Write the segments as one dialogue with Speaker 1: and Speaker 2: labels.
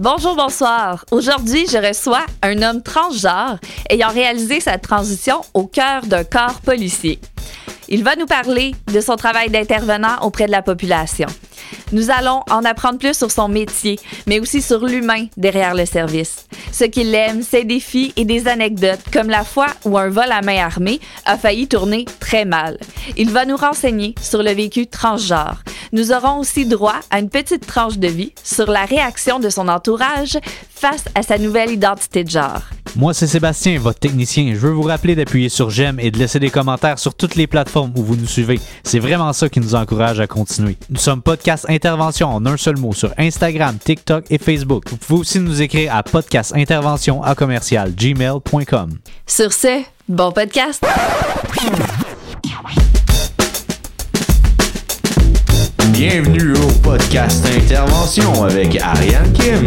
Speaker 1: Bonjour, bonsoir. Aujourd'hui, je reçois un homme transgenre ayant réalisé sa transition au cœur d'un corps policier. Il va nous parler de son travail d'intervenant auprès de la population. Nous allons en apprendre plus sur son métier, mais aussi sur l'humain derrière le service. Ce qu'il aime, ses défis et des anecdotes, comme la fois où un vol à main armée a failli tourner très mal. Il va nous renseigner sur le vécu transgenre. Nous aurons aussi droit à une petite tranche de vie sur la réaction de son entourage face à sa nouvelle identité de genre.
Speaker 2: Moi, c'est Sébastien, votre technicien. Je veux vous rappeler d'appuyer sur j'aime et de laisser des commentaires sur toutes les plateformes où vous nous suivez. C'est vraiment ça qui nous encourage à continuer. Nous sommes Podcast Intervention en un seul mot sur Instagram, TikTok et Facebook. Vous pouvez aussi nous écrire à podcastintervention@gmail.com.
Speaker 1: Sur ce, bon podcast!
Speaker 3: Bienvenue au podcast Intervention avec Ariane Kim.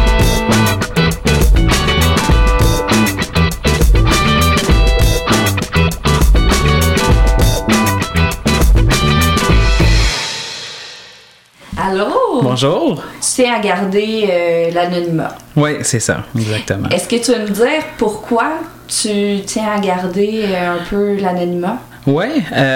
Speaker 1: Allô?
Speaker 4: Bonjour.
Speaker 1: Tu tiens à garder l'anonymat.
Speaker 4: Oui, c'est ça, exactement.
Speaker 1: Est-ce que tu veux me dire pourquoi tu tiens à garder un peu l'anonymat?
Speaker 4: Oui,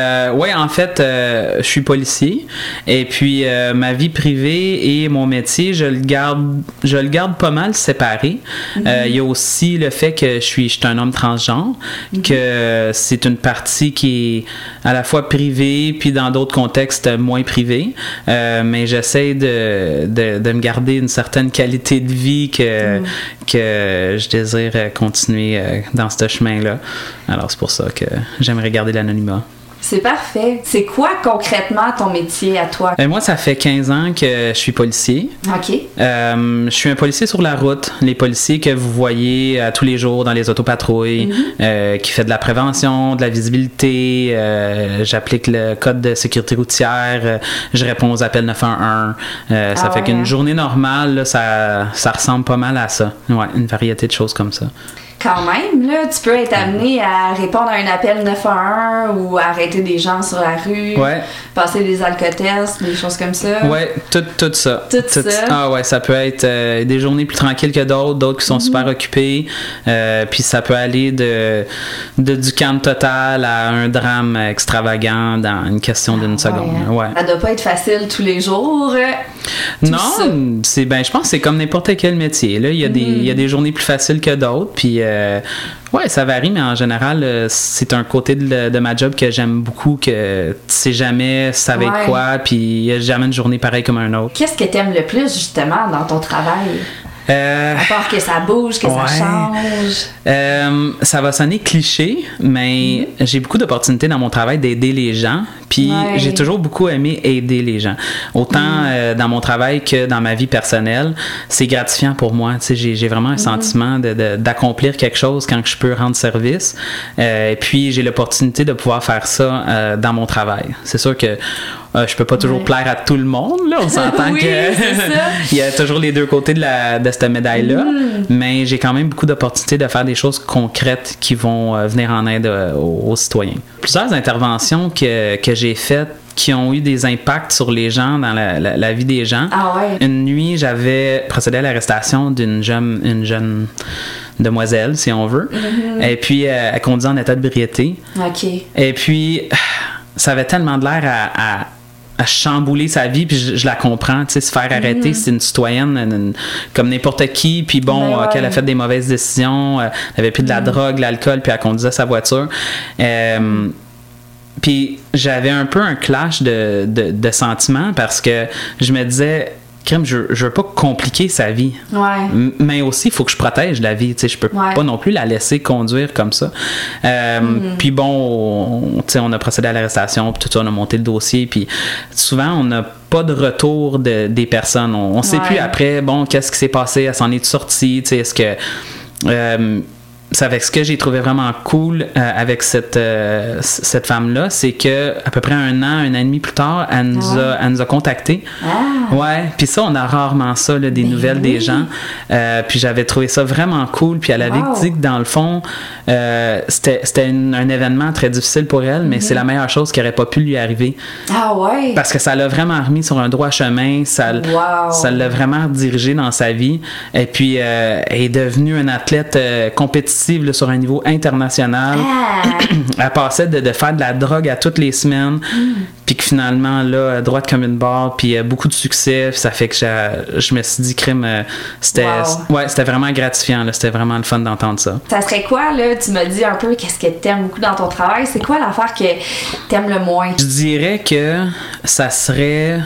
Speaker 4: en fait, je suis policier et puis ma vie privée et mon métier, je le garde pas mal séparé. Il y a aussi le fait que je suis un homme transgenre, que c'est une partie qui est à la fois privée puis dans d'autres contextes moins privée, mais j'essaie de me garder une certaine qualité de vie que je désire continuer dans ce chemin-là. Alors c'est pour ça que j'aimerais garder l'anonymat.
Speaker 1: C'est parfait. C'est quoi concrètement ton métier à toi?
Speaker 4: Moi, ça fait 15 ans que je suis policier.
Speaker 1: OK.
Speaker 4: Je suis un policier sur la route. Les policiers que vous voyez tous les jours dans les autopatrouilles, qui fait de la prévention, de la visibilité. J'applique le code de sécurité routière. Je réponds aux appels 911. Ça fait qu'une journée normale, là, ça ressemble pas mal à ça. Ouais, une variété de choses comme ça.
Speaker 1: Quand même, là, tu peux être amené à répondre à un appel 911 ou arrêter des gens sur la rue, passer des alcotests, des choses comme ça.
Speaker 4: Oui, tout ça. Tout ça. Ah ouais, ça peut être des journées plus tranquilles que d'autres qui sont super occupées. Puis ça peut aller du calme total à un drame extravagant dans une question d'une seconde. Ouais. Ça
Speaker 1: doit pas être facile tous les jours.
Speaker 4: Non, je pense que c'est comme n'importe quel métier. Là. Il y a des journées plus faciles que d'autres. Puis ça varie, mais en général, c'est un côté de ma job que j'aime beaucoup, que tu sais jamais ça va être quoi, puis il n'y a jamais une journée pareille comme un autre.
Speaker 1: Qu'est-ce que tu aimes le plus, justement, dans ton travail? À part que ça bouge, que ça change.
Speaker 4: Ça va sonner cliché, mais j'ai beaucoup d'opportunités dans mon travail d'aider les gens. Puis j'ai toujours beaucoup aimé aider les gens. Autant dans mon travail que dans ma vie personnelle. C'est gratifiant pour moi. Tu sais, j'ai vraiment un sentiment d'accomplir quelque chose quand je peux rendre service. Et puis j'ai l'opportunité de pouvoir faire ça dans mon travail. C'est sûr que je peux pas toujours plaire à tout le monde, là. On s'entend il y a toujours les deux côtés de cette médaille-là. Mais j'ai quand même beaucoup d'opportunités de faire des choses concrètes qui vont venir en aide aux citoyens. Plusieurs interventions que j'ai faites qui ont eu des impacts sur les gens, dans la vie des gens. Une nuit, j'avais procédé à l'arrestation d'une jeune demoiselle, si on veut. Et puis, elle conduisait en état d'ébriété. Et puis, ça avait tellement de l'air à chambouler sa vie, puis je la comprends, tu sais, se faire arrêter, c'est une citoyenne comme n'importe qui, puis qu'elle a fait des mauvaises décisions, elle avait pris de la drogue, l'alcool, puis elle conduisait sa voiture. Puis j'avais un peu un clash de sentiments parce que je me disais, crème, je veux pas compliquer sa vie. Mais aussi, il faut que je protège la vie. Je peux pas non plus la laisser conduire comme ça. Puis on a procédé à l'arrestation, puis tout ça, on a monté le dossier. Puis souvent, on n'a pas de retour des personnes. On sait plus après, qu'est-ce qui s'est passé? Elle s'en est sortie? Est-ce que... ça fait que ce que j'ai trouvé vraiment cool avec cette femme-là, c'est que à peu près un an et demi plus tard, elle nous a contactés.
Speaker 1: Ah.
Speaker 4: Ouais, puis ça, on a rarement ça, là, des nouvelles des gens. Puis j'avais trouvé ça vraiment cool. Puis elle avait dit que dans le fond, c'était un événement très difficile pour elle, mais c'est la meilleure chose qui aurait pas pu lui arriver.
Speaker 1: Ah ouais?
Speaker 4: Parce que ça l'a vraiment remis sur un droit chemin, ça l'a vraiment dirigé dans sa vie. Et puis, elle est devenue une athlète compétitive là, sur un niveau international. Elle passait de faire de la drogue à toutes les semaines, puis que finalement, là, droite comme une barre, puis beaucoup de succès. Ça fait que je me suis dit, crime, c'était vraiment gratifiant. Là, c'était vraiment le fun d'entendre ça.
Speaker 1: Ça serait quoi, là? Tu m'as dit un peu qu'est-ce que t'aimes beaucoup dans ton travail. C'est quoi l'affaire que t'aimes le moins?
Speaker 4: Je dirais que ça serait...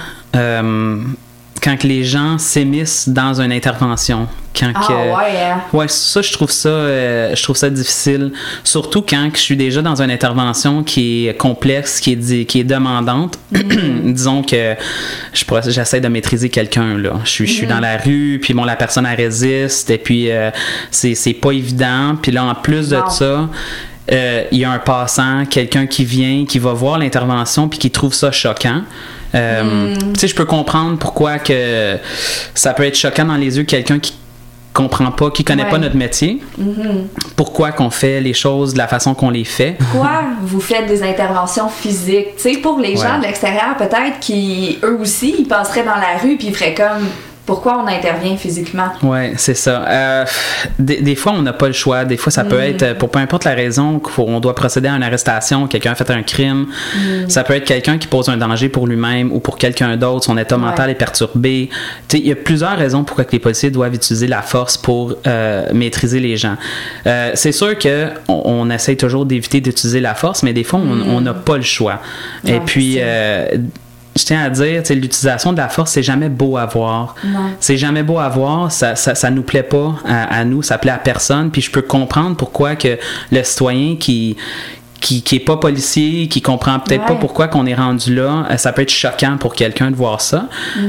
Speaker 4: quand les gens s'émissent dans une intervention. Ouais, ça, je trouve ça difficile. Surtout quand je suis déjà dans une intervention qui est complexe, qui est demandante. Disons que j'essaie de maîtriser quelqu'un, là. Je suis dans la rue, puis la personne, elle résiste, et puis c'est pas évident. Puis là, en plus de ça... il y a un passant, quelqu'un qui vient, qui va voir l'intervention puis qui trouve ça choquant. Tu sais, je peux comprendre pourquoi que ça peut être choquant dans les yeux de quelqu'un qui comprend pas, qui connaît pas notre métier. Pourquoi qu'on fait les choses de la façon qu'on les fait.
Speaker 1: Pourquoi vous faites des interventions physiques? Tu sais, pour les gens de l'extérieur, peut-être qui, eux aussi, ils passeraient dans la rue puis ils feraient comme... Pourquoi on intervient physiquement? Oui,
Speaker 4: c'est ça. Des fois, on n'a pas le choix. Des fois, ça peut être, pour peu importe la raison, qu'on doit procéder à une arrestation, quelqu'un a fait un crime. Ça peut être quelqu'un qui pose un danger pour lui-même ou pour quelqu'un d'autre. Son état mental est perturbé. Tu sais, il y a plusieurs raisons pourquoi que les policiers doivent utiliser la force pour maîtriser les gens. C'est sûr qu'on essaye toujours d'éviter d'utiliser la force, mais des fois, on n'a pas le choix. Et puis... je tiens à dire, l'utilisation de la force, c'est jamais beau à voir.
Speaker 1: Non.
Speaker 4: C'est jamais beau à voir, ça nous plaît pas à nous, ça plaît à personne. Puis je peux comprendre pourquoi que le citoyen qui est pas policier, qui comprend peut-être pas pourquoi qu'on est rendu là, ça peut être choquant pour quelqu'un de voir ça.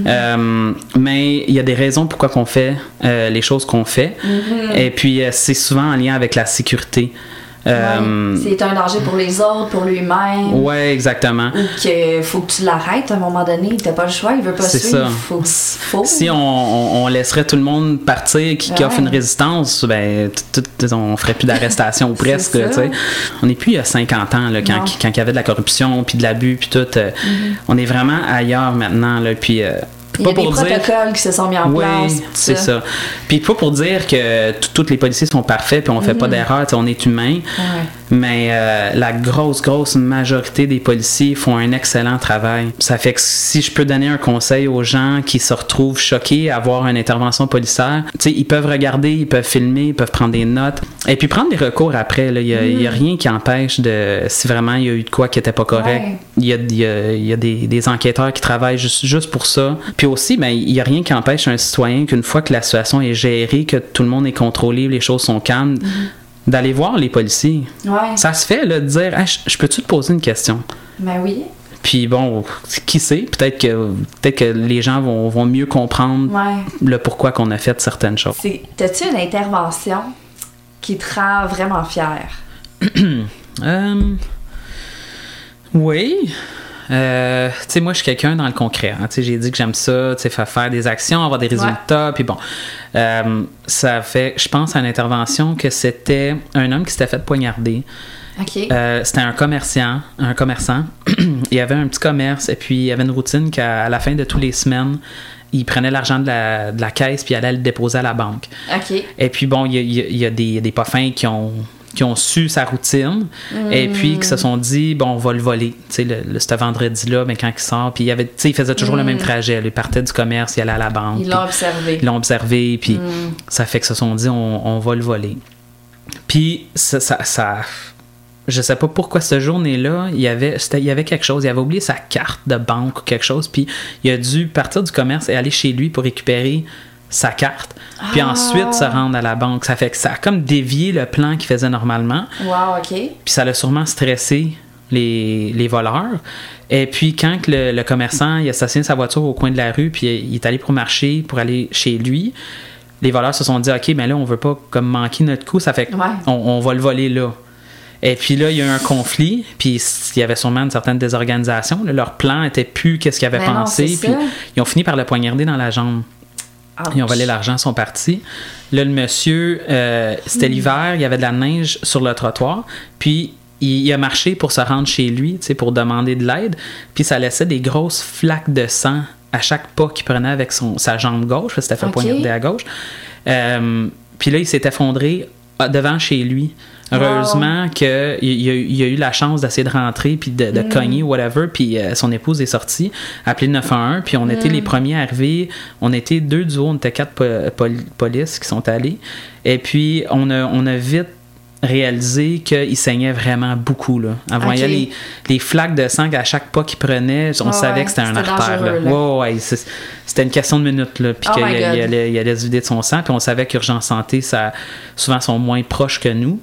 Speaker 4: Mais il y a des raisons pourquoi qu'on fait les choses qu'on fait. Et puis c'est souvent en lien avec la sécurité.
Speaker 1: C'est un danger pour les autres, pour lui-même.
Speaker 4: Oui, exactement.
Speaker 1: Ou qu'il faut que tu l'arrêtes à un moment donné. T'as pas le choix, il veut pas suivre. Faut.
Speaker 4: Si on laisserait tout le monde partir qui offre une résistance, ben on ferait plus d'arrestation ou presque. On n'est plus il y a 50 ans là, quand il y avait de la corruption puis de l'abus puis tout. On est vraiment ailleurs maintenant là, puis
Speaker 1: il y a des protocoles qui se sont mis en place.
Speaker 4: Oui, c'est ça. Puis pas pour dire que tous les policiers sont parfaits puis on fait pas d'erreur, on est humain. Mais la grosse majorité des policiers font un excellent travail. Ça fait que si je peux donner un conseil aux gens qui se retrouvent choqués à voir une intervention policière, ils peuvent regarder, ils peuvent filmer, ils peuvent prendre des notes et puis prendre des recours après. Il y a rien qui empêche si vraiment il y a eu de quoi qui était pas correct. Il y a des enquêteurs qui travaillent juste pour ça. Puis aussi, il n'y a rien qui empêche un citoyen qu'une fois que la situation est gérée, que tout le monde est contrôlé, les choses sont calmes, d'aller voir les policiers. Ça se fait, là, de dire hey, « Je peux-tu te poser une question? »
Speaker 1: Ben oui.
Speaker 4: Puis bon, qui sait, peut-être que les gens vont mieux comprendre le pourquoi qu'on a fait certaines choses.
Speaker 1: T'as-tu une intervention qui te rend vraiment fier?
Speaker 4: Oui. Moi, je suis quelqu'un dans le concret. Hein. J'ai dit que j'aime ça, faire des actions, avoir des résultats. Puis bon, ça fait, je pense à une intervention que c'était un homme qui s'était fait poignarder.
Speaker 1: Okay.
Speaker 4: C'était un commerçant. Il avait un petit commerce et puis il y avait une routine qu'à la fin de toutes les semaines, il prenait l'argent de la caisse puis il allait le déposer à la banque.
Speaker 1: Okay.
Speaker 4: Et puis bon, il y a des pas fins qui ont su sa routine et puis qui se sont dit bon on va le voler ce vendredi-là quand il sort puis il faisait toujours le même trajet, il partait du commerce, il allait à la banque,
Speaker 1: ils l'ont observé
Speaker 4: puis ça fait que se sont dit on va le voler puis ça je sais pas pourquoi cette journée-là il y avait quelque chose, il avait oublié sa carte de banque ou quelque chose puis il a dû partir du commerce et aller chez lui pour récupérer sa carte, puis ensuite se rendre à la banque. Ça fait que ça a comme dévié le plan qu'il faisait normalement.
Speaker 1: Wow, OK.
Speaker 4: Puis ça l'a sûrement stressé les voleurs. Et puis quand le commerçant il a stationné sa voiture au coin de la rue, puis il est allé pour marcher, pour aller chez lui, les voleurs se sont dit, OK, mais là, on veut pas comme manquer notre coup, ça fait qu'on va le voler là. Et puis là, il y a eu un conflit, puis il y avait sûrement une certaine désorganisation. Là, leur plan n'était plus qu'est-ce qu'ils avaient pensé, puis ils ont fini par le poignarder dans la jambe. Ouch. Ils ont volé l'argent, sont partis. Là, le monsieur, c'était l'hiver, il y avait de la neige sur le trottoir, puis il a marché pour se rendre chez lui, pour demander de l'aide, puis ça laissait des grosses flaques de sang à chaque pas qu'il prenait avec sa jambe gauche, parce que c'était fait poignarder à gauche. Puis là, il s'est effondré devant chez lui. Heureusement qu'il a eu la chance d'essayer de rentrer puis de cogner, whatever, puis son épouse est sortie, appelé le 911, puis on était les premiers à arriver. On était 2 duos, on était 4 polices qui sont allés. Et puis, on a vite réalisé qu'il saignait vraiment beaucoup. Là. En voyant les flaques de sang à chaque pas qu'il prenait, on savait que c'était un artère. Là. C'était une question de minutes. Là, puis qu'il allait se vider de son sang. Puis on savait qu'Urgence Santé, ça, souvent, sont moins proches que nous.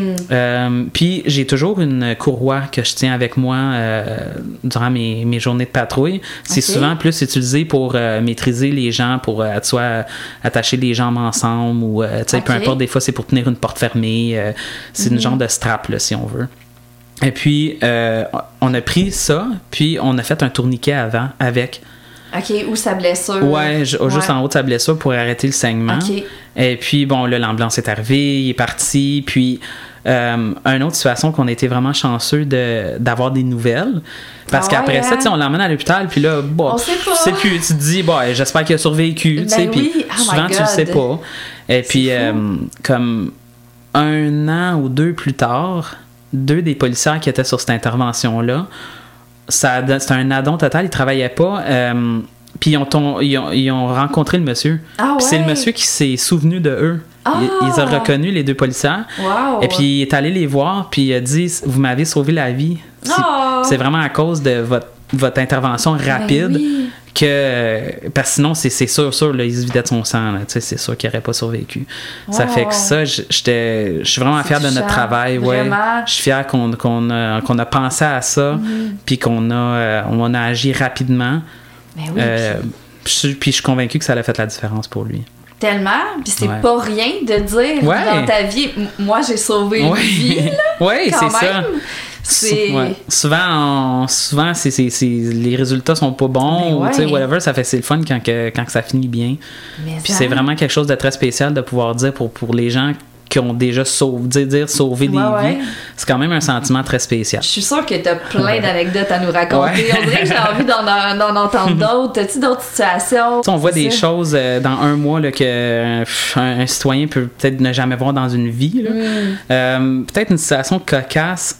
Speaker 4: Puis j'ai toujours une courroie que je tiens avec moi durant mes journées de patrouille. C'est souvent plus utilisé pour maîtriser les gens, pour soit attacher les jambes ensemble ou peu importe, des fois c'est pour tenir une porte fermée. C'est une genre de strap, là, si on veut. Et puis, on a pris ça, puis on a fait un tourniquet avant avec.
Speaker 1: OK, où sa blessure?
Speaker 4: Ouais, juste en haut de sa blessure pour arrêter le saignement.
Speaker 1: OK.
Speaker 4: Et puis, bon, là, l'ambulance est arrivée, il est parti. Puis, une autre situation qu'on a été vraiment chanceux d'avoir des nouvelles. Parce qu'après ça, on l'emmène à l'hôpital, puis là, bon,
Speaker 1: on sait pas.
Speaker 4: Tu sais plus, tu te dis, bon, j'espère qu'il a survécu, tu sais, puis souvent, tu le sais pas. Et puis, comme 1 an ou 2 plus tard, 2 des policiers qui étaient sur cette intervention-là, c'était un addon total, ils travaillaient pas. Puis ils ont rencontré le monsieur. Puis c'est le monsieur qui s'est souvenu de eux. Ils ont reconnu les 2 policiers.
Speaker 1: Wow.
Speaker 4: Et puis il est allé les voir, puis il a dit, vous m'avez sauvé la vie. C'est vraiment à cause de votre intervention rapide. Parce que sinon, c'est sûr, là, il se vidait de son sang. Là, c'est sûr qu'il n'aurait pas survécu. Ça fait que ça, je suis vraiment fier de notre travail. Ouais. Je suis fier qu'on a pensé à ça, puis qu'on a agi rapidement.
Speaker 1: Mais oui,
Speaker 4: puis je suis convaincu que ça a fait la différence pour lui.
Speaker 1: Tellement, puis c'est pas rien de dire dans ta vie, moi j'ai sauvé une vie, là. Oui, c'est ça.
Speaker 4: Souvent, les résultats sont pas bons, ou whatever, c'est le fun quand ça finit bien. Puis c'est vraiment quelque chose de très spécial de pouvoir dire pour les gens qui ont déjà sauvé des vies. C'est quand même un sentiment très spécial.
Speaker 1: Je suis sûre que tu as plein d'anecdotes à nous raconter. On dirait que j'ai envie d'en entendre d'autres. As-tu d'autres situations?
Speaker 4: On voit des choses dans 1 mois là, qu'un citoyen peut peut-être ne jamais voir dans une vie. Là. Peut-être une situation cocasse.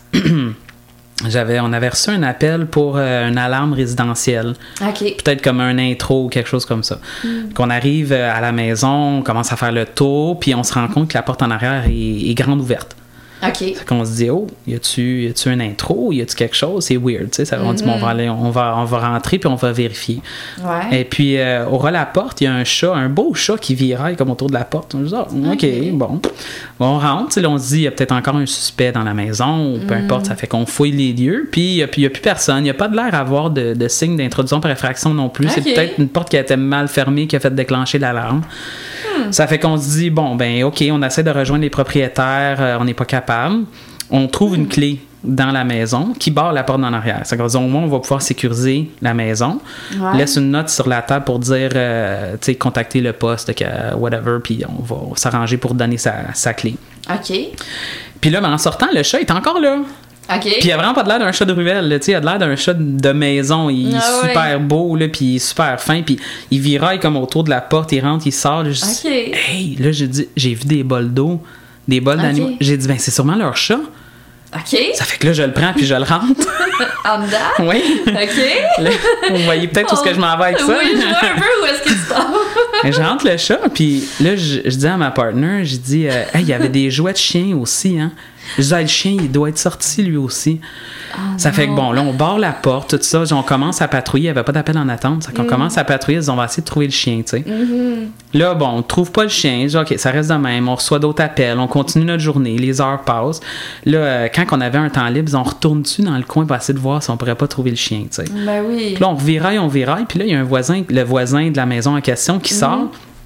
Speaker 4: On avait reçu un appel pour une alarme résidentielle. Peut-être comme un intro ou quelque chose comme ça. Qu'on arrive à la maison, on commence à faire le tour, puis on se rend compte que la porte en arrière est grande ouverte. Fait qu'on se dit, y a-tu un intro, y a-tu quelque chose? C'est weird, tu sais. On dit, bon, on va rentrer puis on va vérifier. Et puis, au ras de la porte, il y a un beau chat qui viraille comme autour de la porte. On se dit, OK, bon. On rentre, là, on se dit, il y a peut-être encore un suspect dans la maison, ou peu importe, ça fait qu'on fouille les lieux, puis il n'y a plus personne. Il n'y a pas de l'air à avoir de signe d'introduction par effraction non plus. C'est peut-être une porte qui a été mal fermée qui a fait déclencher l'alarme. Ça fait qu'on se dit, bon, ben OK, on essaie de rejoindre les propriétaires, on n'est pas capable. On trouve une clé dans la maison qui barre la porte en arrière. C'est qu'on dit, au moins, on va pouvoir sécuriser la maison. Laisse une note sur la table pour dire, tu sais, contacter le poste, whatever, puis on va s'arranger pour donner sa clé. Puis là, en sortant, le chat est encore là. Puis il a vraiment pas de l'air d'un chat de ruelle, là, il a de l'air d'un chat de maison. Il est super beau, là, puis il est super fin, puis il viraille comme autour de la porte, il rentre, il sort. Hey, là, j'ai vu des bols d'eau, des bols d'animaux. J'ai dit, ben c'est sûrement leur chat. Ça fait que là, je le prends puis je le rentre.
Speaker 1: En dedans?
Speaker 4: Oui. Là, vous voyez peut-être où est-ce que je m'en vais avec ça.
Speaker 1: Oui, je vois un peu où est-ce que tu t'en
Speaker 4: Je rentre le chat, puis là, je dis à ma partner, je dis, hey, il y avait des jouets de chien aussi, hein. Je dis, le chien, il doit être sorti lui aussi. Ça fait que bon, là, on barre la porte, tout ça, on commence à patrouiller, il n'y avait pas d'appel en attente, ça qu'on commence à patrouiller, on va essayer de trouver le chien, tu sais. Là, bon, on trouve pas le chien, je dis, OK, ça reste de même, on reçoit d'autres appels, on continue notre journée, les heures passent. Là, quand on avait un temps libre, on retourne dessus dans le coin pour essayer de voir si on pourrait pas trouver le chien, tu sais.
Speaker 1: Ben oui.
Speaker 4: Puis là, on viraille, puis là, il y a le voisin de la maison en question qui sort.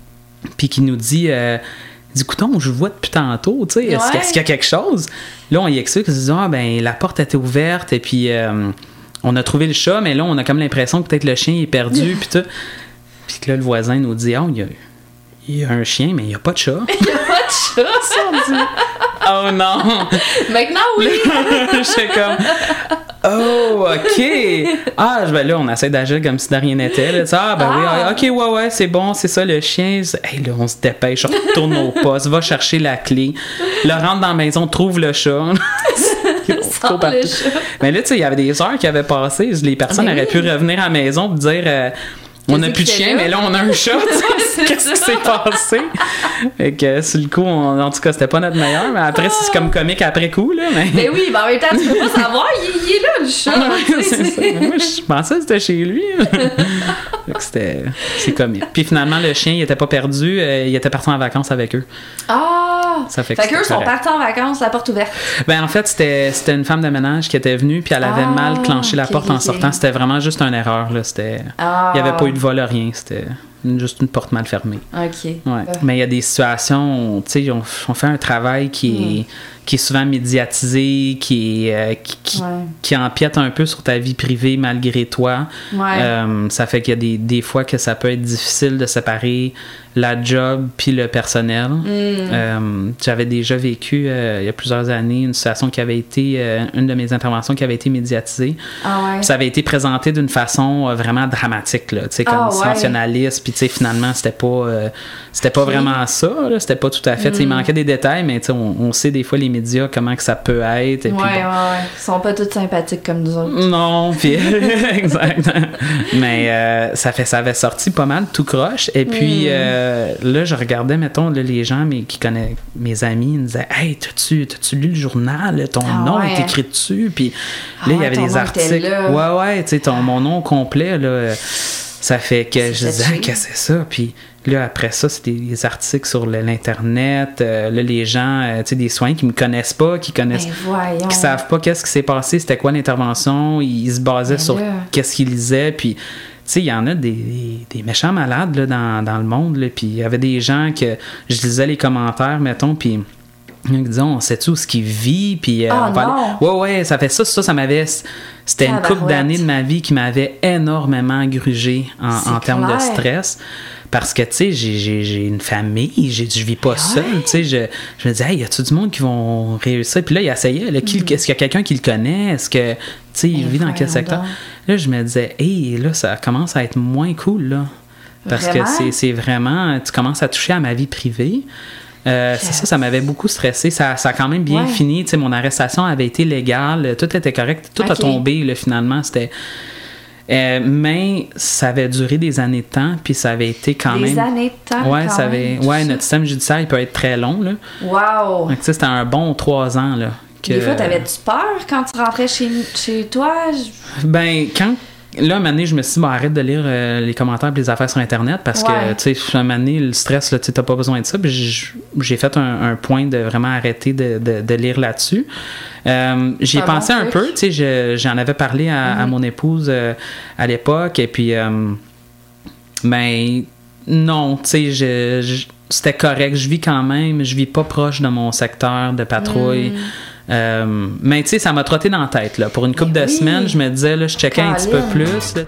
Speaker 4: puis qui nous dit coudonc, je vous vois depuis tantôt, tu sais, est-ce qu'il y a quelque chose? Là, on y explique, on se dit, ben la porte était ouverte, et puis on a trouvé le chat, mais là, on a comme l'impression que peut-être le chien est perdu, puis tout. Puis que là, le voisin nous dit, il y a un chien, mais il n'y a pas de chat.
Speaker 1: Il n'y a pas de chat, ça, on dit.
Speaker 4: Oh non!
Speaker 1: Maintenant, oui!
Speaker 4: J'étais comme... Oh, OK! Ben là, on essaie d'agir comme si de rien n'était. Là. Oui, OK, ouais, c'est bon, c'est ça, le chien. Hey, là, on se dépêche, on retourne au poste, va chercher la clé. Là, rentre dans la maison, trouve le chat. Mais là, tu sais, il y avait des heures qui avaient passé. Les personnes auraient pu revenir à la maison et dire... on n'a plus de chien, mais là, on a un chat. Qu'est-ce qui s'est passé? Fait que, sur le coup, en tout cas, c'était pas notre meilleur, mais après, c'est comme comique après coup, là.
Speaker 1: Mais oui, en même temps, tu peux pas savoir, il est là, le chat.
Speaker 4: C'est ça. Moi, je pensais que c'était chez lui. Fait que c'est comique. Puis finalement, le chien, il était pas perdu, il était parti en vacances avec eux.
Speaker 1: Ça fait qu'eux sont partis en vacances, la porte ouverte.
Speaker 4: Ben, en fait, c'était une femme de ménage qui était venue, puis elle avait mal clenché la porte en sortant. C'était vraiment juste une erreur, là. Il n'y avait pas eu de vol, rien. C'était juste une porte mal fermée.
Speaker 1: OK.
Speaker 4: Ouais. Mais il y a des situations, tu sais, on fait un travail qui est souvent médiatisé, qui empiète un peu sur ta vie privée malgré toi. Ça fait qu'il y a des fois que ça peut être difficile de séparer la job puis le personnel. J'avais déjà vécu il y a plusieurs années une situation qui avait été une de mes interventions qui avait été médiatisée. Ça avait été présenté d'une façon vraiment dramatique, là, tu sais, comme sensationnaliste, puis tu sais, finalement c'était pas vraiment ça, là, c'était pas tout à fait, il manquait des détails, mais tu sais, on sait des fois les médias comment que ça peut être, et puis
Speaker 1: ils sont pas tous sympathiques comme nous autres.
Speaker 4: Non, puis exact. Mais ça avait sorti pas mal tout croche, et puis là, je regardais, mettons, là, les gens qui connaissent mes amis, ils me disaient, hey, t'as-tu lu le journal? Ton nom est écrit dessus. Puis là, il y avait des articles. Ouais, tu sais, mon nom complet, là, ça fait que je disais, qu'est-ce que c'est ça? Puis là, après ça, c'est des articles sur l'Internet. Là, les gens, tu sais, des soignants qui me connaissent pas, qui savent pas qu'est-ce qui s'est passé, c'était quoi l'intervention. Ils se basaient sur qu'est-ce qu'ils lisaient. Puis tu sais, il y en a des méchants malades là, dans le monde. Puis il y avait des gens que je lisais les commentaires, mettons, puis ils disaient, on sait-tu où ce qu'il vit? Puis ouais, ça fait ça m'avait... C'était une couple d'années de ma vie qui m'avait énormément grugé en termes de stress. Parce que, tu sais, j'ai une famille, je vis pas seul, tu sais, je me disais, hey, y a-tu du monde qui vont réussir? Puis là, il essayait, là, est-ce qu'il y a quelqu'un qui le connaît? Est-ce que, tu sais, il vit dans quel secteur? Là, je me disais, hey, là, ça commence à être moins cool, là. Parce que c'est vraiment, tu commences à toucher à ma vie privée. C'est ça m'avait beaucoup stressé. Ça a quand même bien fini, tu sais, mon arrestation avait été légale, tout était correct, tout a tombé, là, finalement, c'était... mais ça avait duré des années de temps, puis ça avait été quand même...
Speaker 1: Des années de temps,
Speaker 4: notre système judiciaire, il peut être très long, là.
Speaker 1: Wow!
Speaker 4: Donc, c'était un bon 3 ans, là.
Speaker 1: Des fois, t'avais-tu peur quand tu rentrais chez toi? Ben,
Speaker 4: là, un moment donné, je me suis dit, arrête de lire les commentaires et les affaires sur Internet parce que, tu sais, un moment donné, le stress, tu n'as pas besoin de ça. Puis j'ai fait un point de vraiment arrêter de lire là-dessus. J'y ai pensé un peu, tu sais, j'en avais parlé à mon épouse à l'époque, et puis, ben, non, tu sais, c'était correct, je vis quand même, je vis pas proche de mon secteur de patrouille. Mais tu sais, ça m'a trotté dans la tête. Là. Pour une couple de semaines, je me disais, là, je checkais un petit peu plus. Là,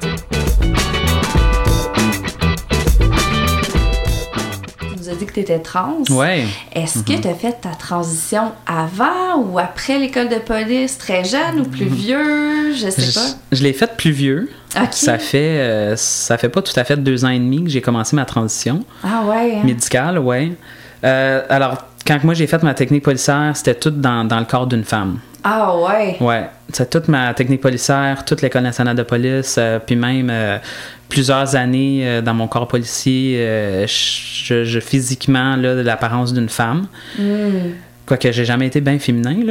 Speaker 1: tu nous as dit que tu étais trans.
Speaker 4: Ouais.
Speaker 1: Est-ce que tu as fait ta transition avant ou après l'école de police? Très jeune ou plus vieux? Je sais pas.
Speaker 4: Je l'ai faite plus vieux.
Speaker 1: Okay.
Speaker 4: Ça fait pas tout à fait 2 ans et demi que j'ai commencé ma transition.
Speaker 1: Ah ouais? Hein?
Speaker 4: Médicale, ouais. Alors, quand moi j'ai fait ma technique policière, c'était tout dans le corps d'une femme.
Speaker 1: Ah ouais?
Speaker 4: Ouais. C'est toute ma technique policière, toute l'École nationale de police, puis même plusieurs années dans mon corps policier, je physiquement, là, de l'apparence d'une femme. Quoique j'ai jamais été bien féminin, là,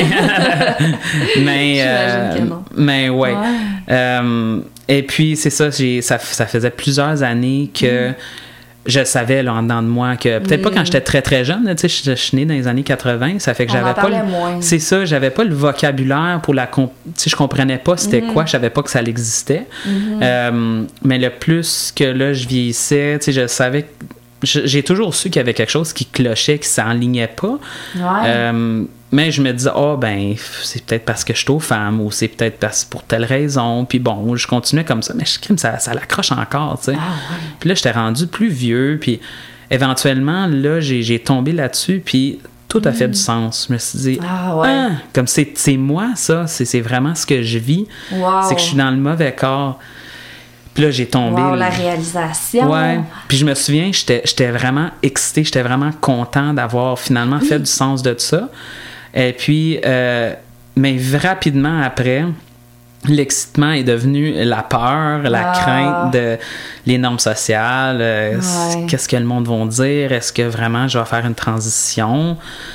Speaker 4: mais ouais. Et puis, c'est ça, ça faisait plusieurs années que je savais là, en dedans de moi que peut-être pas quand j'étais très très jeune, tu sais, je suis née dans les années 80, ça fait que j'avais pas c'est ça, j'avais pas le vocabulaire pour tu sais, je comprenais pas c'était quoi, je savais pas que ça existait. Mais le plus que là je vieillissais, tu sais, je savais j'ai toujours su qu'il y avait quelque chose qui clochait, qui s'enlignait pas.
Speaker 1: Ouais.
Speaker 4: Mais je me disais, c'est peut-être parce que je suis aux femmes ou c'est peut-être pour telle raison. Puis bon, je continuais comme ça, mais ça l'accroche encore, tu sais.
Speaker 1: Ah, ouais.
Speaker 4: Puis là, j'étais rendu plus vieux, puis éventuellement, là, j'ai tombé là-dessus, puis tout a fait du sens. Je me suis dit, comme c'est moi, ça, c'est vraiment ce que je vis.
Speaker 1: Wow.
Speaker 4: C'est que je suis dans le mauvais corps. Puis là, j'ai tombé.
Speaker 1: Wow, la réalisation.
Speaker 4: Ouais. Puis je me souviens, j'étais vraiment excitée, j'étais vraiment content d'avoir finalement fait du sens de tout ça. Et puis, mais rapidement après, l'excitement est devenu la peur, la crainte de les normes sociales. Qu'est-ce que le monde va dire? Est-ce que vraiment je vais faire une transition?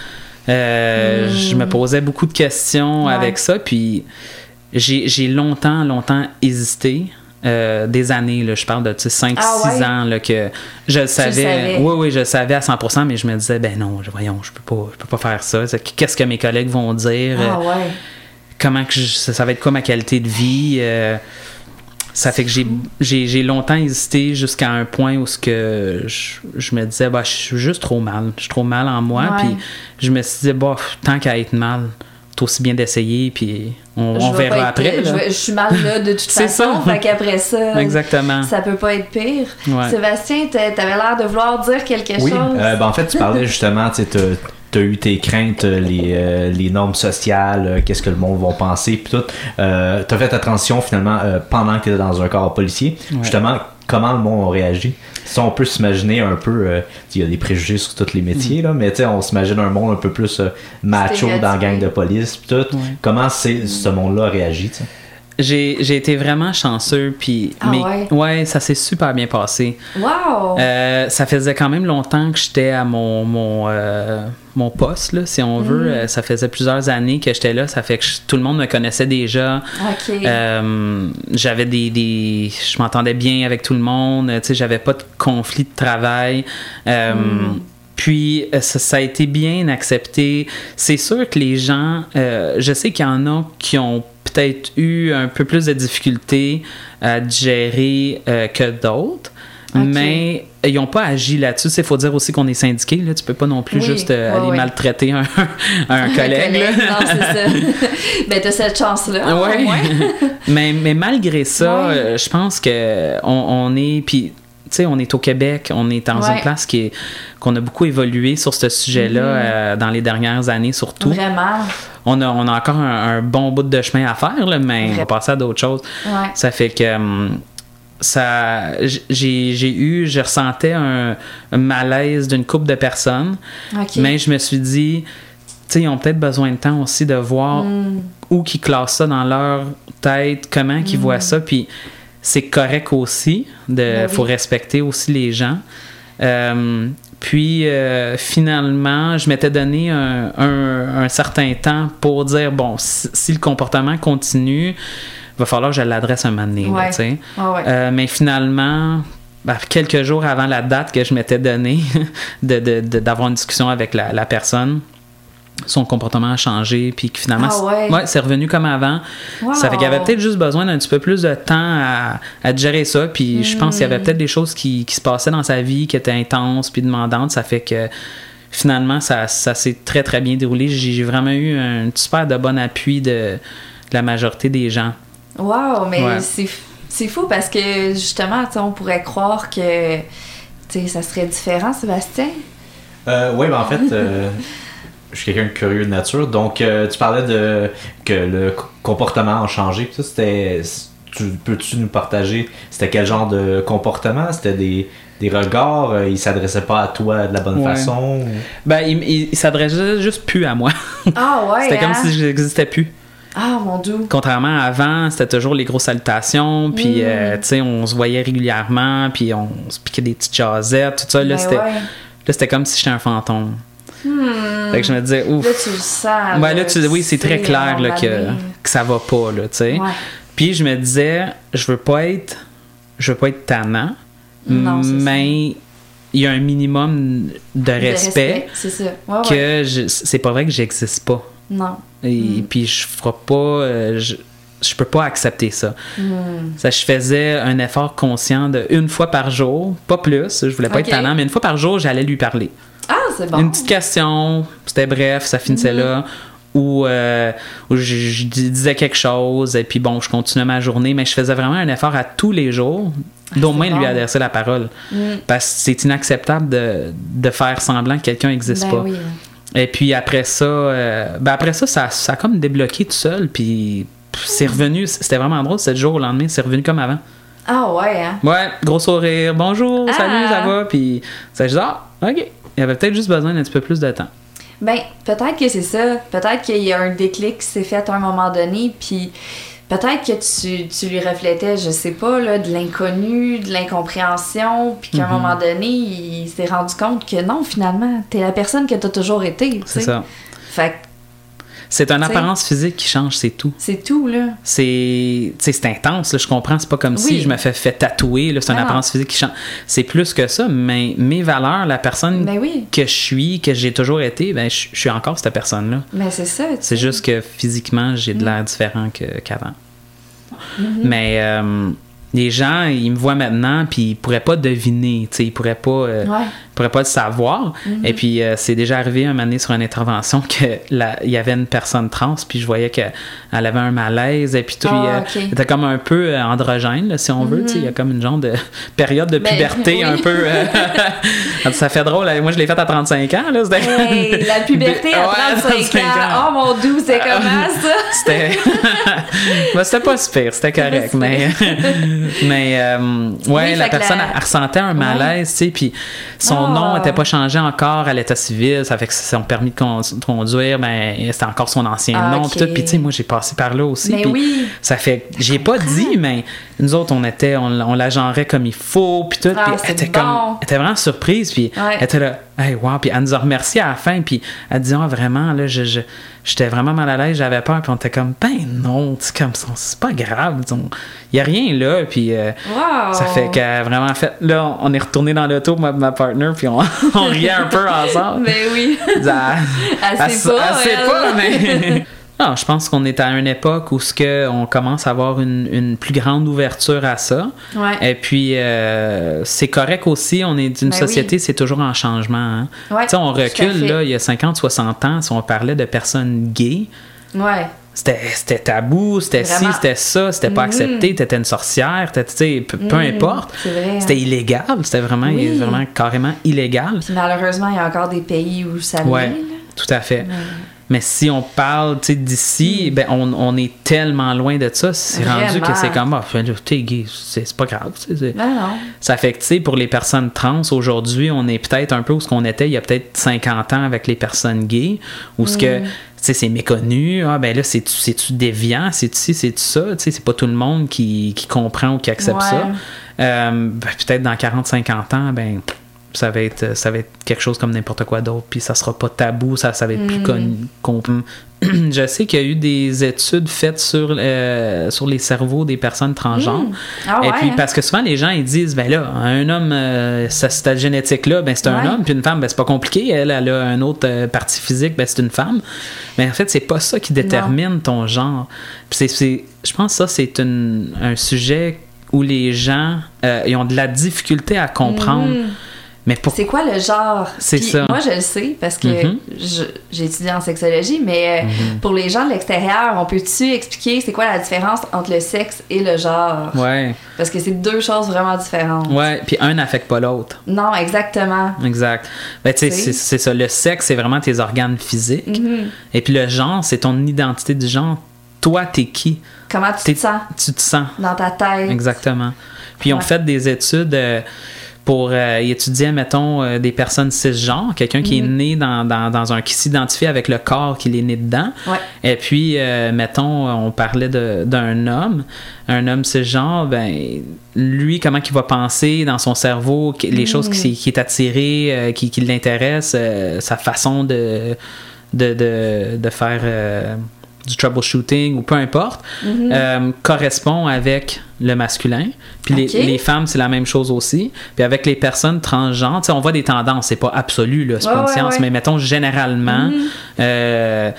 Speaker 4: Je me posais beaucoup de questions avec ça. Puis j'ai longtemps hésité. Des années, là, je parle de 5-6 ans là, que je le savais. Oui, je le savais à 100%, mais je me disais, non, voyons, je peux pas faire ça. Qu'est-ce que mes collègues vont dire? Comment que ça va être quoi ma qualité de vie? Ça fait que j'ai longtemps hésité jusqu'à un point où je me disais, je suis juste trop mal. Je suis trop mal en moi. Puis je me suis dit, tant qu'à être mal, c'est aussi bien d'essayer, puis on verra après.
Speaker 1: Je suis mal là de toute façon, fait qu'après ça,
Speaker 4: exactement.
Speaker 1: Ça peut pas être pire.
Speaker 4: Ouais.
Speaker 1: Sébastien, t'avais l'air de vouloir dire quelque chose.
Speaker 3: En fait, tu parlais justement, tu as eu tes craintes, les normes sociales, qu'est-ce que le monde va penser, puis tout. Tu as fait ta transition finalement pendant que tu étais dans un corps policier. Ouais. Justement, comment le monde a réagi? Si on peut s'imaginer un peu, il y a des préjugés sur tous les métiers, là, mais on s'imagine un monde un peu plus macho dans la gang de police, puis tout. Ouais. Comment ce monde-là a réagi? T'sais?
Speaker 4: J'ai été vraiment chanceux, puis ça s'est super bien passé.
Speaker 1: Wow!
Speaker 4: Ça faisait quand même longtemps que j'étais à mon poste, là, si on veut. Ça faisait plusieurs années que j'étais là. Ça fait que tout le monde me connaissait déjà.
Speaker 1: OK.
Speaker 4: J'avais je m'entendais bien avec tout le monde. J'avais pas de conflit de travail. Puis, ça a été bien accepté. C'est sûr que les gens... je sais qu'il y en a qui ont peut-être eu un peu plus de difficultés à gérer que d'autres. Okay. Mais ils n'ont pas agi là-dessus. Il faut dire aussi qu'on est syndiqué. Là. Tu peux pas non plus juste aller maltraiter un collègue.
Speaker 1: Non, c'est ça. T'as cette chance-là.
Speaker 4: Oui. mais malgré ça, je pense qu'on est... Puis, on est au Québec, on est dans une place qu'on a beaucoup évolué sur ce sujet-là dans les dernières années surtout. Vraiment. On a encore un bon bout de chemin à faire, là, mais on va passer à d'autres choses. Ouais. Ça fait que je ressentais un malaise d'une couple de personnes, mais je me suis dit, ils ont peut-être besoin de temps aussi de voir où qu'ils classent ça dans leur tête, comment qu'ils voient ça, puis c'est correct aussi, faut respecter aussi les gens. Puis finalement, je m'étais donné un certain temps pour dire, si le comportement continue, il va falloir que je l'adresse un moment donné. Mais finalement, quelques jours avant la date que je m'étais donnée d'avoir une discussion avec la personne, son comportement a changé, puis que finalement, c'est revenu comme avant. Wow. Ça fait qu'il y avait peut-être juste besoin d'un petit peu plus de temps à gérer ça, puis je pense qu'il y avait peut-être des choses qui se passaient dans sa vie qui étaient intenses puis demandantes. Ça fait que finalement, ça s'est très, très bien déroulé. J'ai vraiment eu un super de bon appui de la majorité des gens.
Speaker 1: Wow, mais c'est fou parce que justement, on pourrait croire que ça serait différent, Sébastien.
Speaker 3: Oui, en fait... je suis quelqu'un de curieux de nature, donc tu parlais que le comportement a changé. Ça, peux-tu nous partager, c'était quel genre de comportement? C'était des regards, il s'adressait pas à toi de la bonne façon?
Speaker 4: Il s'adressait juste plus à moi. C'était comme si je n'existais plus.
Speaker 1: Ah, mon Dieu!
Speaker 4: Contrairement à avant, c'était toujours les grosses salutations, puis on se voyait régulièrement, puis on se piquait des petites jasettes, tout ça. Là, c'était comme si j'étais un fantôme. Fait que je me disais, ouf.
Speaker 1: Là, tu le sens.
Speaker 4: Oui, c'est très clair là, que ça va pas, là, tu sais. Ouais. Puis je me disais, je veux pas être tannant, mais il y a un minimum de respect. C'est ça. C'est pas vrai que j'existe pas.
Speaker 1: Non.
Speaker 4: Et puis je ferai pas... je peux pas accepter ça. Ça, je faisais un effort conscient de une fois par jour, pas plus, je voulais pas être tannant, mais une fois par jour, j'allais lui parler.
Speaker 1: Ah, c'est bon.
Speaker 4: Une petite question, c'était bref, ça finissait là. Où je disais quelque chose, et puis bon, je continuais ma journée, mais je faisais vraiment un effort à tous les jours d'au moins lui adresser la parole. Parce que c'est inacceptable de faire semblant que quelqu'un n'existe pas.
Speaker 1: Oui.
Speaker 4: Et puis après ça, ça a comme débloqué tout seul, puis c'est revenu, c'était vraiment drôle, 7 jours au lendemain, c'est revenu comme avant.
Speaker 1: Ah ouais, hein?
Speaker 4: Ouais, gros sourire, bonjour, salut, ça va, puis ça juste, ok, il avait peut-être juste besoin d'un petit peu plus de temps.
Speaker 1: Ben, peut-être que c'est ça. Peut-être qu'il y a un déclic qui s'est fait à un moment donné, puis peut-être que tu lui reflétais, je sais pas, là, de l'inconnu, de l'incompréhension, puis qu'à un moment donné, il s'est rendu compte que non, finalement, t'es la personne que t'as toujours été.
Speaker 4: C'est ça.
Speaker 1: Fait que
Speaker 4: c'est une apparence physique qui change, c'est tout.
Speaker 1: c'est tout, là.
Speaker 4: C'est intense, là, je comprends. C'est pas comme si je me fait tatouer. Là, c'est une apparence physique qui change. C'est plus que ça, mais mes valeurs, la personne que je suis, que j'ai toujours été, ben, je suis encore cette personne-là.
Speaker 1: Mais c'est ça.
Speaker 4: C'est juste que physiquement, j'ai de l'air différent qu'avant. Mais les gens, ils me voient maintenant, puis ils pourraient pas deviner. Ils pourraient pas le savoir. Et puis, c'est déjà arrivé un moment donné sur une intervention qu'il y avait une personne trans, puis je voyais qu'elle avait un malaise, et puis elle était comme un peu androgène, là, si on veut. Il y a comme une genre de période de puberté un peu. Ça fait drôle. Moi, je l'ai faite à 35 ans. Là,
Speaker 1: la puberté à 35 ans. Oh mon Dieu, c'est comment ça?
Speaker 4: C'était pas super, c'était correct. Mais la personne elle ressentait un malaise, tu sais, puis son nom n'était pas changé encore à l'état civil, ça fait que son permis de conduire, ben c'était encore son ancien nom, puis tout, puis tu sais, moi j'ai passé par là aussi, puis ça fait, j'ai pas dit, mais nous autres on la genrait comme il faut, puis tout, puis elle était vraiment surprise, puis elle était là, hey wow, puis elle nous a remercié à la fin, puis elle dit vraiment là, j'étais vraiment mal à l'aise, j'avais peur, puis on était comme ben non, comme ça, c'est pas grave, il y a rien là, puis ça fait qu'elle a vraiment fait, là on est retourné dans l'auto, moi et ma partner, puis on riait un peu ensemble.
Speaker 1: Mais oui.
Speaker 4: Elle sait pas, mais non, je pense qu'on est à une époque où on commence à avoir une plus grande ouverture à ça. Et puis, c'est correct aussi. On est d'une société, c'est toujours en changement. Hein? On recule, là, il y a 50-60 ans, si on parlait de personnes gays, c'était tabou, c'était ci, c'était ça, c'était pas accepté, t'étais une sorcière, peu importe. C'était illégal, c'était vraiment carrément illégal.
Speaker 1: Puis malheureusement, il y a encore des pays où ça l'est.
Speaker 4: Tout à fait. Mais si on parle d'ici, ben on est tellement loin de ça, c'est rendu que c'est comme t'es gay, c'est pas grave. Ça fait que pour les personnes trans, aujourd'hui, on est peut-être un peu où ce qu'on était il y a peut-être 50 ans avec les personnes gays, où ce que c'est méconnu, ben là c'est-tu déviant, c'est-tu ci, c'est-tu ça, c'est pas tout le monde qui comprend ou qui accepte ça. Peut-être dans 40-50 ans, ben ça va être quelque chose comme n'importe quoi d'autre, puis ça sera pas tabou, ça va être plus connu. Je sais qu'il y a eu des études faites sur les cerveaux des personnes transgenres. Et puis parce que souvent les gens ils disent ben là, un homme cette génétique là, ben c'est un homme, puis une femme ben c'est pas compliqué, elle a une autre partie physique, ben c'est une femme. Mais en fait, c'est pas ça qui détermine ton genre. Puis je pense que ça c'est un sujet où les gens ils ont de la difficulté à comprendre. Mais c'est
Speaker 1: quoi le genre?
Speaker 4: C'est ça.
Speaker 1: Moi, je le sais parce que j'ai étudié en sexologie, mais pour les gens de l'extérieur, on peut-tu expliquer c'est quoi la différence entre le sexe et le genre? Parce que c'est deux choses vraiment différentes.
Speaker 4: Puis un n'affecte pas l'autre.
Speaker 1: Non, exactement.
Speaker 4: Exact. Ben, tu sais, c'est ça. Le sexe, c'est vraiment tes organes physiques. Et puis le genre, c'est ton identité du genre. Toi, t'es qui?
Speaker 1: Comment tu te sens?
Speaker 4: Tu te sens.
Speaker 1: Dans ta tête.
Speaker 4: Exactement. Puis on fait des études... pour étudier, mettons, des personnes cisgenres, quelqu'un qui est né qui s'identifie avec le corps qu'il est né dedans. Et puis, mettons, on parlait d'un homme, un homme cisgenre, ben, lui, comment il va penser dans son cerveau, les choses qui est attiré, qui l'intéresse, sa façon de faire... du troubleshooting ou peu importe, correspond avec le masculin. Puis les femmes, c'est la même chose aussi. Puis avec les personnes transgenres, on voit des tendances, c'est pas absolu, là, c'est pas une science, mais mettons généralement,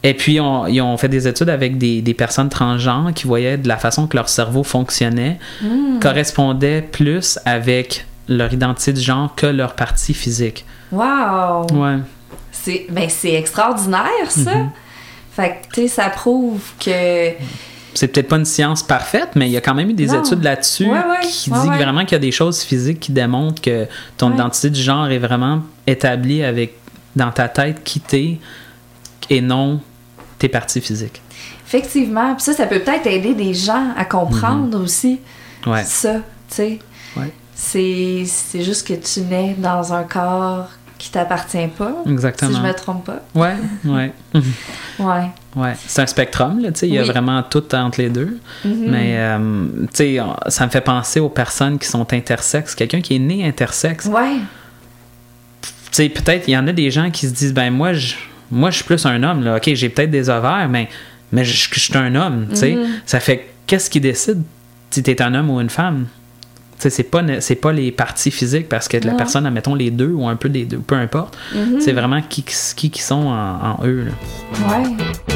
Speaker 4: Et puis, ils ont fait des études avec des personnes transgenres qui voyaient de la façon que leur cerveau fonctionnait, correspondait plus avec leur identité de genre que leur partie physique.
Speaker 1: Wow!
Speaker 4: Ouais.
Speaker 1: C'est extraordinaire, ça! Fait que, tu sais, ça prouve que...
Speaker 4: C'est peut-être pas une science parfaite, mais il y a quand même eu des études là-dessus qui disent vraiment qu'il y a des choses physiques qui démontrent que ton identité de genre est vraiment établie avec, dans ta tête, qui t'es et non tes parties physiques.
Speaker 1: Effectivement. Puis ça peut peut-être aider des gens à comprendre aussi ça, tu sais.
Speaker 4: Ouais.
Speaker 1: C'est juste que tu nais dans un corps qui t'appartient pas.
Speaker 4: Exactement.
Speaker 1: Si je me trompe pas.
Speaker 4: Ouais.
Speaker 1: Ouais.
Speaker 4: C'est un spectrum, là, tu sais, il y a vraiment tout entre les deux. Mais, tu sais, ça me fait penser aux personnes qui sont intersexes. Quelqu'un qui est né intersexe.
Speaker 1: Ouais.
Speaker 4: Tu sais, peut-être, il y en a des gens qui se disent, ben moi, je suis plus un homme, là. OK, j'ai peut-être des ovaires, mais je suis un homme, tu sais. Ça fait, qu'est-ce qui décide si t'es un homme ou une femme? Tu sais, c'est pas les parties physiques parce que la personne, admettons les deux ou un peu des deux, peu importe. C'est vraiment qui sont en eux, là.
Speaker 1: Ouais.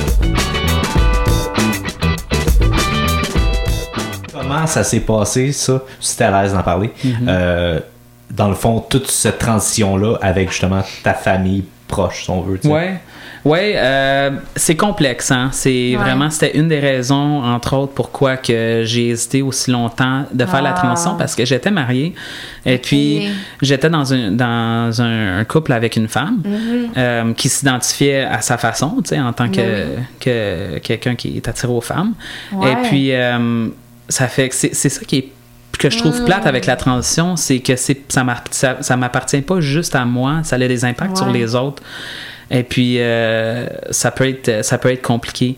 Speaker 3: Comment ça s'est passé, ça, si t'es à l'aise d'en parler? Dans le fond, toute cette transition-là avec justement ta famille proche, si on veut. T'sais.
Speaker 4: Ouais, c'est complexe, hein. C'était une des raisons, entre autres, pourquoi que j'ai hésité aussi longtemps de faire la transition, parce que j'étais mariée et puis j'étais dans un couple avec une femme qui s'identifiait à sa façon, tu sais, en tant que quelqu'un qui est attiré aux femmes. Et puis ça fait que c'est ça que je trouve plate avec la transition, c'est que ça m'appartient pas juste à moi, ça a des impacts sur les autres. Et puis, ça peut être compliqué.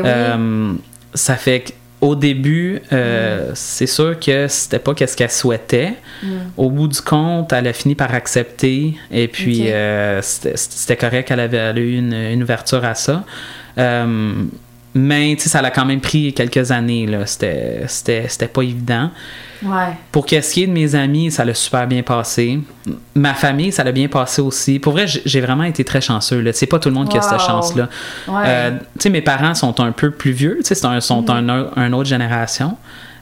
Speaker 4: Ça fait qu'au début, c'est sûr que c'était pas ce qu'elle souhaitait. Au bout du compte, elle a fini par accepter. Et puis, c'était correct, elle a eu une ouverture à ça. Mais, tu sais, ça l'a quand même pris quelques années, là. C'était pas évident.
Speaker 1: Ouais.
Speaker 4: Pour ce qui est de mes amis, ça l'a super bien passé. Ma famille, ça l'a bien passé aussi. Pour vrai, j'ai vraiment été très chanceux, là. C'est pas tout le monde qui a cette chance-là.
Speaker 1: Ouais.
Speaker 4: Tu sais, mes parents sont un peu plus vieux, tu sais, sont une autre génération.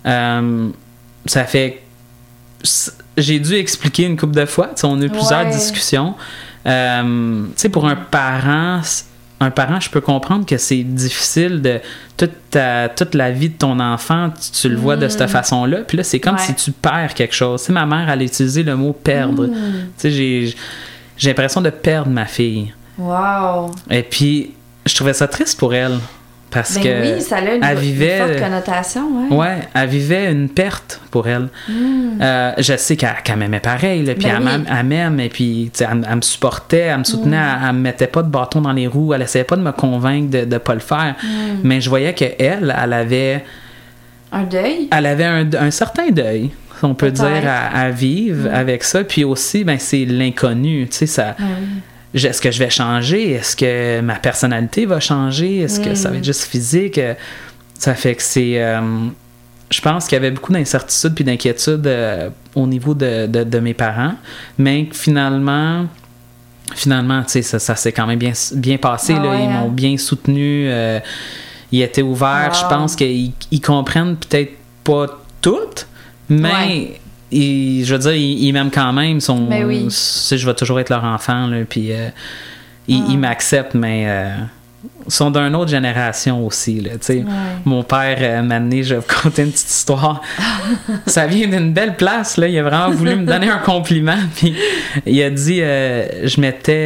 Speaker 4: Ça fait... J'ai dû expliquer une couple de fois. Tu sais, on a eu plusieurs discussions. Tu sais, pour un parent, je peux comprendre que c'est difficile de... Toute la vie de ton enfant, tu le vois de cette façon-là. Puis là, c'est comme si tu perds quelque chose. Tu sais, ma mère, elle a utilisé le mot « perdre ». Tu sais, j'ai l'impression de perdre ma fille.
Speaker 1: Wow!
Speaker 4: Et puis, je trouvais ça triste pour elle. Parce que
Speaker 1: oui, ça a une forte connotation. Ouais,
Speaker 4: elle vivait une perte pour elle. Je sais qu'elle m'aimait pareil, là, puis elle m'aime, et puis elle me supportait, elle me soutenait, elle me mettait pas de bâton dans les roues, elle essayait pas de me convaincre de ne pas le faire. Mais je voyais qu'elle avait...
Speaker 1: Un deuil?
Speaker 4: Elle avait un certain deuil, on peut dire, à vivre avec ça. Puis aussi, c'est l'inconnu, tu sais, ça... Est-ce que je vais changer? Est-ce que ma personnalité va changer? Est-ce que ça va être juste physique? Ça fait que c'est... je pense qu'il y avait beaucoup d'incertitudes puis d'inquiétudes au niveau de mes parents. Mais finalement, tu sais, ça s'est quand même bien passé. Ils m'ont bien soutenu. Ils étaient ouverts. Je pense qu'ils comprennent peut-être pas tout, mais... je veux dire, ils m'aiment quand même. Je vais toujours être leur enfant, là, puis ils m'acceptent, mais ils sont d'une autre génération aussi. Là, mon père m'a amené, je vais vous conter une petite histoire. Ça vient d'une belle place. Là, il a vraiment voulu me donner un compliment. Puis il a dit je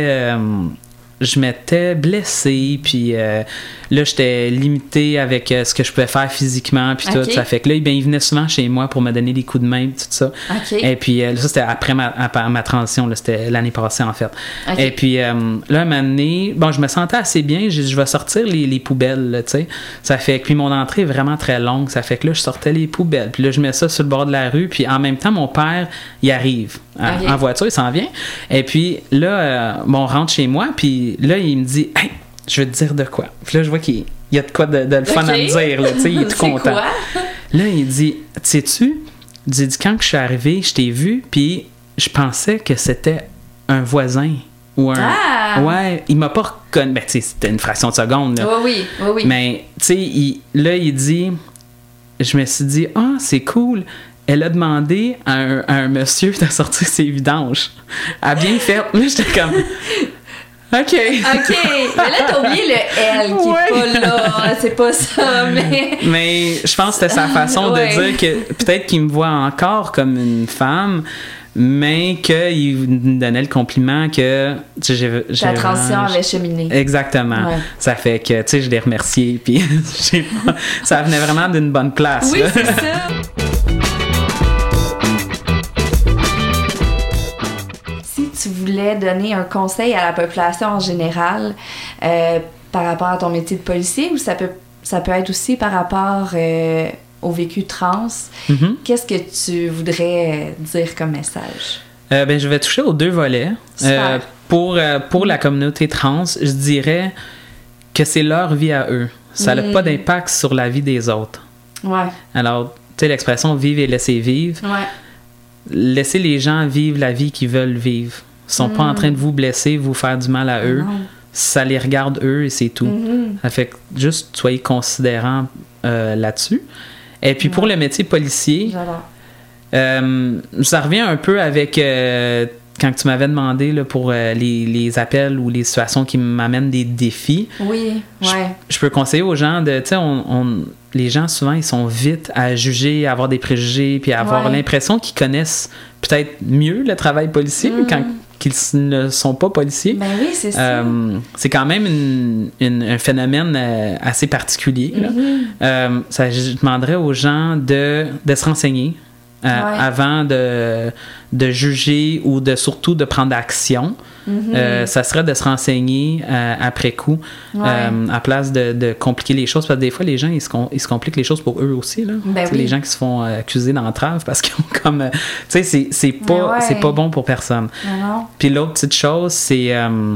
Speaker 4: m'étais blessé, puis là, j'étais limité avec ce que je pouvais faire physiquement, puis tout. Ça fait que là, il venait souvent chez moi pour me donner des coups de main, tout ça. Et puis ça, c'était après ma transition, là, c'était l'année passée, en fait. Et puis là, un moment donné, je me sentais assez bien, je vais sortir les poubelles, tu sais. Ça fait que, puis mon entrée est vraiment très longue, ça fait que là, je sortais les poubelles, puis là, je mets ça sur le bord de la rue, puis en même temps, mon père, il arrive en voiture, il s'en vient. Et puis là, on rentre chez moi, puis là, il me dit « Hey, je vais te dire de quoi. » Puis là, je vois qu'il y a de quoi de le fun à me dire, là, tu sais, il est tout content. Quoi? Là, il dit « Sais-tu, il dit, quand je suis arrivé, je t'ai vu, puis je pensais que c'était un voisin ou un... Ouais, il m'a pas reconnu. Ben, tu sais, c'était une fraction de seconde. Là.
Speaker 1: Oui.
Speaker 4: Mais, tu sais, il dit... Je me suis dit, c'est cool. Elle a demandé à un monsieur de sortir ses vidanges. Elle a bien fait. Là, j'étais comme... OK.
Speaker 1: Mais là, t'as oublié le L qui est pas là. C'est pas ça, mais...
Speaker 4: Mais je pense que c'était sa façon de dire que peut-être qu'il me voit encore comme une femme, mais qu'il me donnait le compliment que...
Speaker 1: Ta transition avait cheminé.
Speaker 4: Exactement. Ouais. Ça fait que, tu sais, je l'ai remercié, puis ça venait vraiment d'une bonne place.
Speaker 1: Oui,
Speaker 4: là.
Speaker 1: c'est ça. Si tu voulais donner un conseil à la population en général par rapport à ton métier de policier, ou ça peut être aussi par rapport au vécu trans, qu'est-ce que tu voudrais dire comme message?
Speaker 4: Je vais toucher aux 2 volets. Pour la communauté trans, je dirais que c'est leur vie à eux. Ça n'a pas d'impact sur la vie des autres.
Speaker 1: Ouais.
Speaker 4: Alors, tu sais, l'expression « vivre et laisser vivre », laissez les gens vivre la vie qu'ils veulent vivre. Ils sont pas en train de vous blesser, vous faire du mal à eux. Ça les regarde eux et c'est tout. Ça fait que juste soyez considérants là-dessus. Et puis pour le métier policier, ça revient un peu avec quand tu m'avais demandé là, pour les appels ou les situations qui m'amènent des défis.
Speaker 1: Oui, ouais.
Speaker 4: Je peux conseiller aux gens de, tu sais, les gens souvent ils sont vite à juger, à avoir des préjugés, puis à avoir l'impression qu'ils connaissent peut-être mieux le travail policier quand qu'ils ne sont pas policiers.
Speaker 1: Ben oui, c'est ça.
Speaker 4: C'est quand même un phénomène assez particulier. Là. Je demanderais aux gens de se renseigner avant de juger ou surtout de prendre action. Ça serait de se renseigner après coup à place de compliquer les choses, parce que des fois les gens ils se compliquent les choses pour eux aussi là. Les gens qui se font accuser d'entrave parce qu'ils ont comme tu sais c'est pas bon pour personne. Puis l'autre petite chose c'est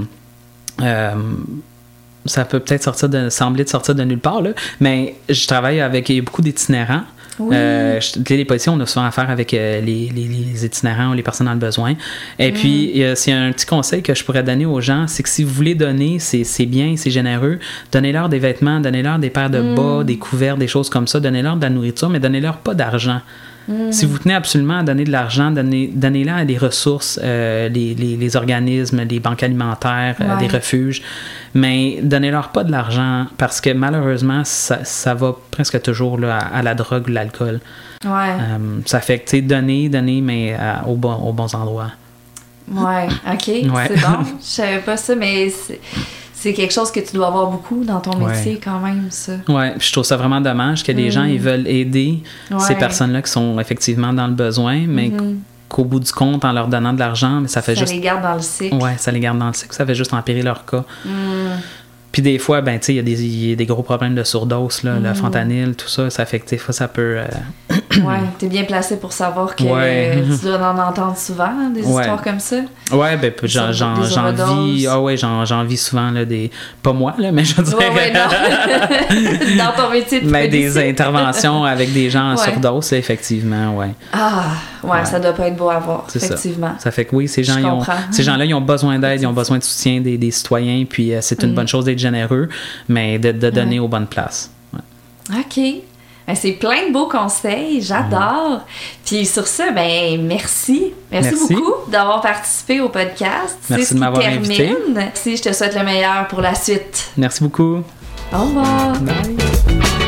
Speaker 4: ça peut peut-être sembler de sortir de nulle part là, mais je travaille avec beaucoup d'itinérants. Les policiers, on a souvent affaire avec les itinérants ou les personnes dans le besoin. Et puis, c'est un petit conseil que je pourrais donner aux gens, c'est que si vous voulez donner, c'est bien, c'est généreux, donnez-leur des vêtements, donnez-leur des paires de bas, des couverts, des choses comme ça, donnez-leur de la nourriture, mais donnez-leur pas d'argent. Si vous tenez absolument à donner de l'argent, donnez-le à des ressources, les organismes, les banques alimentaires, des refuges, mais donnez-leur pas de l'argent parce que malheureusement, ça va presque toujours là, à la drogue ou l'alcool. Ça fait que, tu sais, donner, mais aux bons endroits.
Speaker 1: Ouais, OK, c'est bon. Je savais pas ça, mais c'est quelque chose que tu dois avoir beaucoup dans ton métier quand même, ça. Ouais,
Speaker 4: puis je trouve ça vraiment dommage que les gens, ils veulent aider ces personnes-là qui sont effectivement dans le besoin, mais qu'au bout du compte, en leur donnant de l'argent, mais ça les
Speaker 1: garde dans le cycle.
Speaker 4: Ouais, ça les garde dans le cycle, ça fait juste empirer leur cas. Puis des fois, ben, tu sais, il y a des gros problèmes de surdose, là, le fentanyl, tout ça, ça fait que des fois, ça peut...
Speaker 1: Ouais, t'es bien placé pour savoir que tu dois en entendre souvent, des histoires comme ça.
Speaker 4: Ouais, ben, j'en vis souvent, là, pas moi, là, mais je veux dire...
Speaker 1: non. Dans ton métier de
Speaker 4: mais policier. Des interventions avec des gens en surdose, effectivement,
Speaker 1: ça doit pas être beau à voir, effectivement.
Speaker 4: Ça fait que oui, ces gens-là, ils ont besoin d'aide, ils ont besoin de soutien des citoyens, puis c'est une bonne chose d'être généreux, mais de donner aux bonnes places.
Speaker 1: OK. C'est plein de beaux conseils, j'adore. Puis sur ça, merci. Merci beaucoup d'avoir participé au podcast.
Speaker 4: Merci de m'avoir invité.
Speaker 1: Merci, je te souhaite le meilleur pour la suite.
Speaker 4: Merci beaucoup.
Speaker 1: Au revoir.
Speaker 4: Bye.